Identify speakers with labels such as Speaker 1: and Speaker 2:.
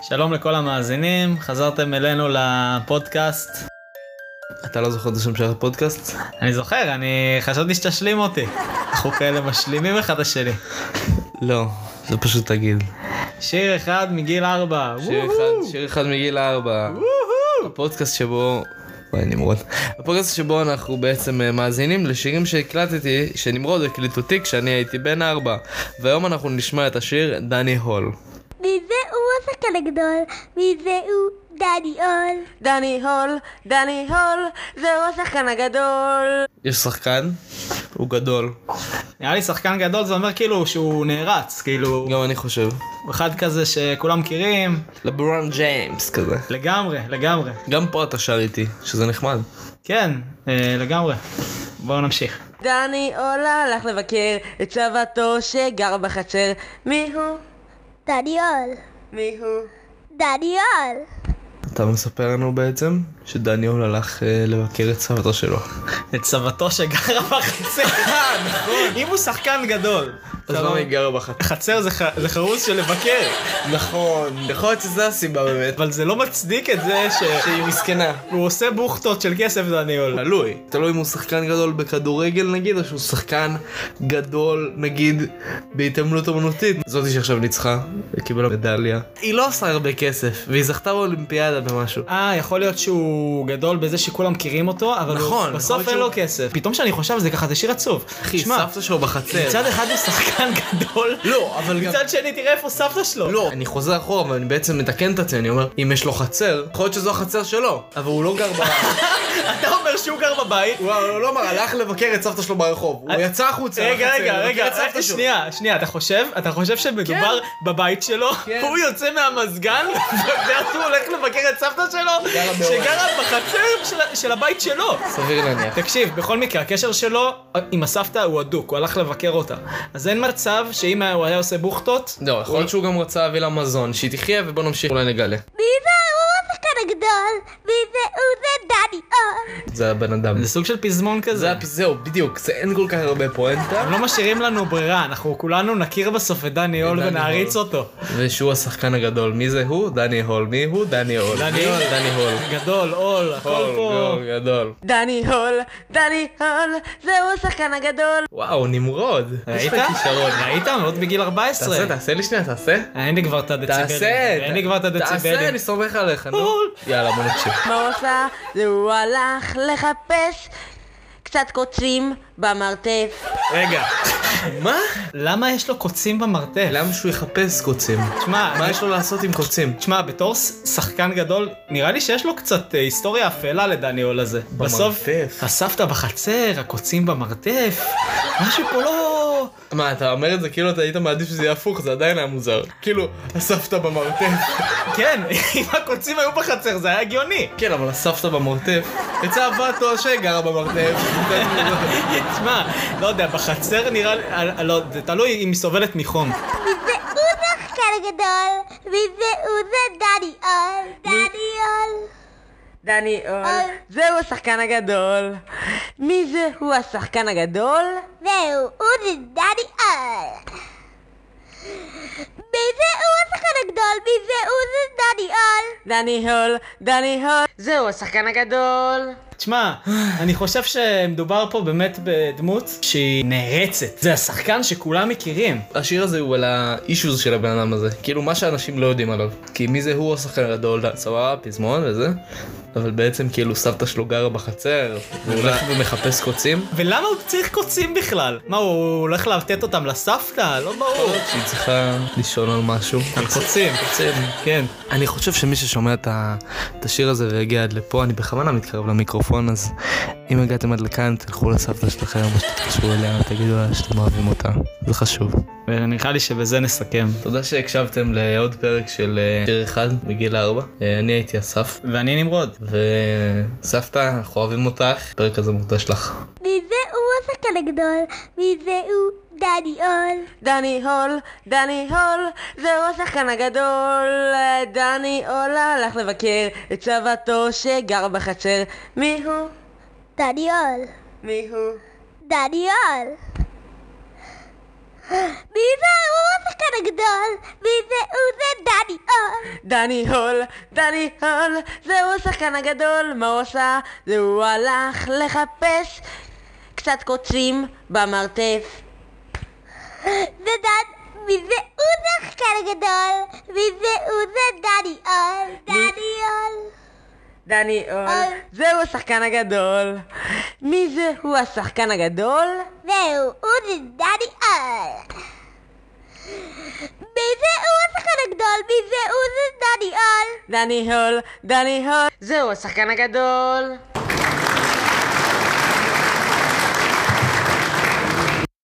Speaker 1: שלום לכל המאזינים, חזרתם אלינו לפודקאסט.
Speaker 2: אתה לא זוכר את השם של הפודקאסט?
Speaker 1: אני זוכר, אני חשבתי שתשלים אותי. אנחנו כאלה משלימים אחד השני.
Speaker 2: לא, זה פשוט תגיד.
Speaker 1: שיר אחד מגיל 4.
Speaker 2: שיר אחד מגיל 4. הפודקאסט שבו... נמרוד. הפודקאסט שבו אנחנו בעצם מאזינים לשירים שהקלטתי, שנמרוד הקליט אותי כשאני הייתי בן 4. והיום אנחנו נשמע את השיר דני הול.
Speaker 3: מי זה הוא השחקן הגדול? מי זה הוא? דני הול.
Speaker 4: דני הול, דני הול, זהו השחקן הגדול.
Speaker 2: יש שחקן? הוא גדול.
Speaker 1: נראה לי שחקן גדול זה אומר כאילו שהוא נערץ, כאילו...
Speaker 2: גם אני חושב.
Speaker 1: אחד כזה שכולם מכירים.
Speaker 2: לברון ג'יימס כזה.
Speaker 1: לגמרי, לגמרי.
Speaker 2: גם פה אתה שר איתי, שזה נחמד.
Speaker 1: כן, לגמרי. בואו נמשיך.
Speaker 4: דני הול הלך לבקר את סבתו שגר בחצר. מי הוא?
Speaker 3: דני הול.
Speaker 4: מי הוא?
Speaker 3: דני הול.
Speaker 2: אתה מספר לנו בעצם שדני הול הלך לבקר את סבתו שלו.
Speaker 1: את סבתו שגרה בחצר. נכון. אם הוא שחקן גדול.
Speaker 2: אז למה היא גרה בחצר?
Speaker 1: חצר זה חרוץ של לבקר.
Speaker 2: נכון, יכול להיות שזה הסיבה באמת.
Speaker 1: אבל זה לא מצדיק את זה
Speaker 2: שהיא מסכנה.
Speaker 1: הוא עושה בוכטות של כסף דני הול.
Speaker 2: תלוי אם הוא שחקן גדול בכדורגל נגיד, או שהוא שחקן גדול נגיד בהתעמלות אמנותית. זאתי שעכשיו ניצחה, קיבלה מדליה. היא לא עושה הרבה כסף, והיא זכתה באולימפיאדה במשהו.
Speaker 1: יכול להיות שהוא גדול בזה שכולם מכירים אותו, אבל
Speaker 2: נכון,
Speaker 1: בסוף אין לו כסף. פתאום שאני חושב זה ככה, זה שיר עצוב.
Speaker 2: אחי, סבתא שלו בחצר.
Speaker 1: מצד אחד הוא שחקן גדול,
Speaker 2: לא, אבל גם...
Speaker 1: מצד שני תראה איפה סבתא שלו.
Speaker 2: לא, אני חוזר אחורה, אבל אני בעצם מתקן את עצמי, אני אומר, אם יש לו חצר, יכול להיות שזו החצר שלו, אבל הוא לא גר בבית.
Speaker 1: אתה אומר שהוא גר בבית?
Speaker 2: הוא לא אומר, הלך לבקר את סבתא שלו ברחוב, הוא יצא החוצה.
Speaker 1: רגע, שנייה, אתה חושב שמדובר בבית שלו? הוא יוצא מהמזגן, ואז הוא הולך לבקר את סבתא שלו, שגרה בחצר של הבית שלו.
Speaker 2: סביר להניח.
Speaker 1: תקשיב, בכל מקרה, הקשר שלו עם הסבתא הוא הדוק, הוא הלך לבקר אותה. אז אין מצב שאם הוא היה עושה בוכטות...
Speaker 2: לא, יכול להיות שהוא גם רצה להביא לה מזון, שהיא תחיה ובוא נמשיך אולי נגלה.
Speaker 3: מי זה הוא השחקן הגדול? מי זה הוא? זה דני הול.
Speaker 2: זה הבן אדם.
Speaker 1: זה סוג של פזמון כזה.
Speaker 2: זהו, בדיוק, זה אין כל כך הרבה פואנטה.
Speaker 1: הם לא משאירים לנו ברירה, אנחנו כולנו נכיר בסוף את דני הול ונעריץ אותו.
Speaker 2: ושהוא השחקן הגדול. מי זה הוא? דני הול. מי הוא? דני הול.
Speaker 1: דני הול. גדול, הול, הכל פה.
Speaker 2: גדול.
Speaker 4: דני הול, זהו השחקן הגדול.
Speaker 2: וואו, נמרוד.
Speaker 1: ראית? מאוד בגיל 14.
Speaker 2: תעשה לי שנייה, תעשה.
Speaker 1: אין לי כבר את הדציבלים.
Speaker 2: תעשה, אני סומך עליך, נו. יאללה, בוא נקשיב.
Speaker 4: מה הוא עשה? הוא הלך לחפש קצת קוצים במרתף.
Speaker 1: רגע,
Speaker 2: מה?
Speaker 1: למה יש לו קוצים במרתף?
Speaker 2: למה שהוא יחפש קוצים?
Speaker 1: תשמע,
Speaker 2: מה יש לו לעשות עם קוצים?
Speaker 1: תשמע, בתור שחקן גדול, נראה לי שיש לו קצת היסטוריה אפלה לדני הול הזה. בסוף, הסבתא בחצר, הקוצים במרתף, משהו פה לא...
Speaker 2: מה, אתה אומר את זה כאילו אתה היית מעדיף שזה יהיה הפוך, זה עדיין היה מוזר. כאילו, הסבתא במרתף.
Speaker 1: כן, אם הקוצים היו בחצר זה היה הגיוני.
Speaker 2: כן, אבל הסבתא במרתף, יצא הבטו שגרה במרתף.
Speaker 1: תשמע, לא יודע, בחצר נראה לי, לא, זה תלוי אם היא סובלת מחום.
Speaker 3: מי זה הוא השחקן הגדול? מי זה הוא? זה דני הול. דני הול.
Speaker 4: דני הול, זהו השחקן הגדול. מי זה הוא השחקן הגדול?
Speaker 3: זהו, הוא זה דני הול. מי זה הוא השחקן הגדול? מי זה הוא? זה דני הול.
Speaker 4: דני הול, זהו השחקן הגדול.
Speaker 1: תשמע, אני חושב שמדובר פה באמת בדמות שהיא נערצת. זה השחקן שכולם מכירים.
Speaker 2: השיר הזה הוא על האישוז של הבן אדם הזה. כאילו מה שאנשים לא יודעים עליו. כי מי זה הוא השחקן הגדול, סבבה, פזמון וזה. אבל בעצם כאילו סבתא שלו גרה בחצר, והוא הולך ומחפש קוצים.
Speaker 1: ולמה הוא צריך קוצים בכלל? מה, הוא הולך להבטט אותם לסבתא? לא ברור.
Speaker 2: שהיא צריכה לשאול על משהו.
Speaker 1: על קוצים, כן.
Speaker 2: אני חושב שמי ששומע את השיר הזה והגיע עד לפה, אני בכוונה מתקרב למיקרופון, אז אם הגעתם עד לכאן, תלכו לסבתא שלכם, או שתתקשרו אליה ותגידו לה שאתם אוהבים אותה. זה חשוב.
Speaker 1: ונראה לי שבזה נסכם.
Speaker 2: תודה שהקשבתם לעוד פרק של שיר אחד בגיל 4. אני הייתי אסף.
Speaker 1: ואני נמרוד.
Speaker 2: וסבתא, אנחנו אוהבים אותך. הפרק הזה מוקדש לך.
Speaker 3: מי זה הוא השחקן הגדול? מי זה הוא? דני הול.
Speaker 4: דני הול, זהו השחקן הגדול. דני הול הלך לבקר את סבתו שגר בחצר. מי הוא?
Speaker 3: דני הול.
Speaker 4: מי הוא?
Speaker 3: דני הול. מי זה הוא השחקן הגדול? מי זה הוא? זה דני הול.
Speaker 4: דני הול, זהו השחקן הגדול, מה הוא עשה? הוא הלך לחפש קצת קוצים במרתף.
Speaker 3: מי זה הוא השחקן הגדול? מי זה הוא זה דני הול?
Speaker 4: דני הול, זהו השחקן הגדול. מי זה הוא השחקן הגדול?
Speaker 3: זהו, הוא זה דני הול. מי זה הוא השחקן הגדול? מי זה הוא זה דני הול?
Speaker 4: דני הול, זהו השחקן הגדול.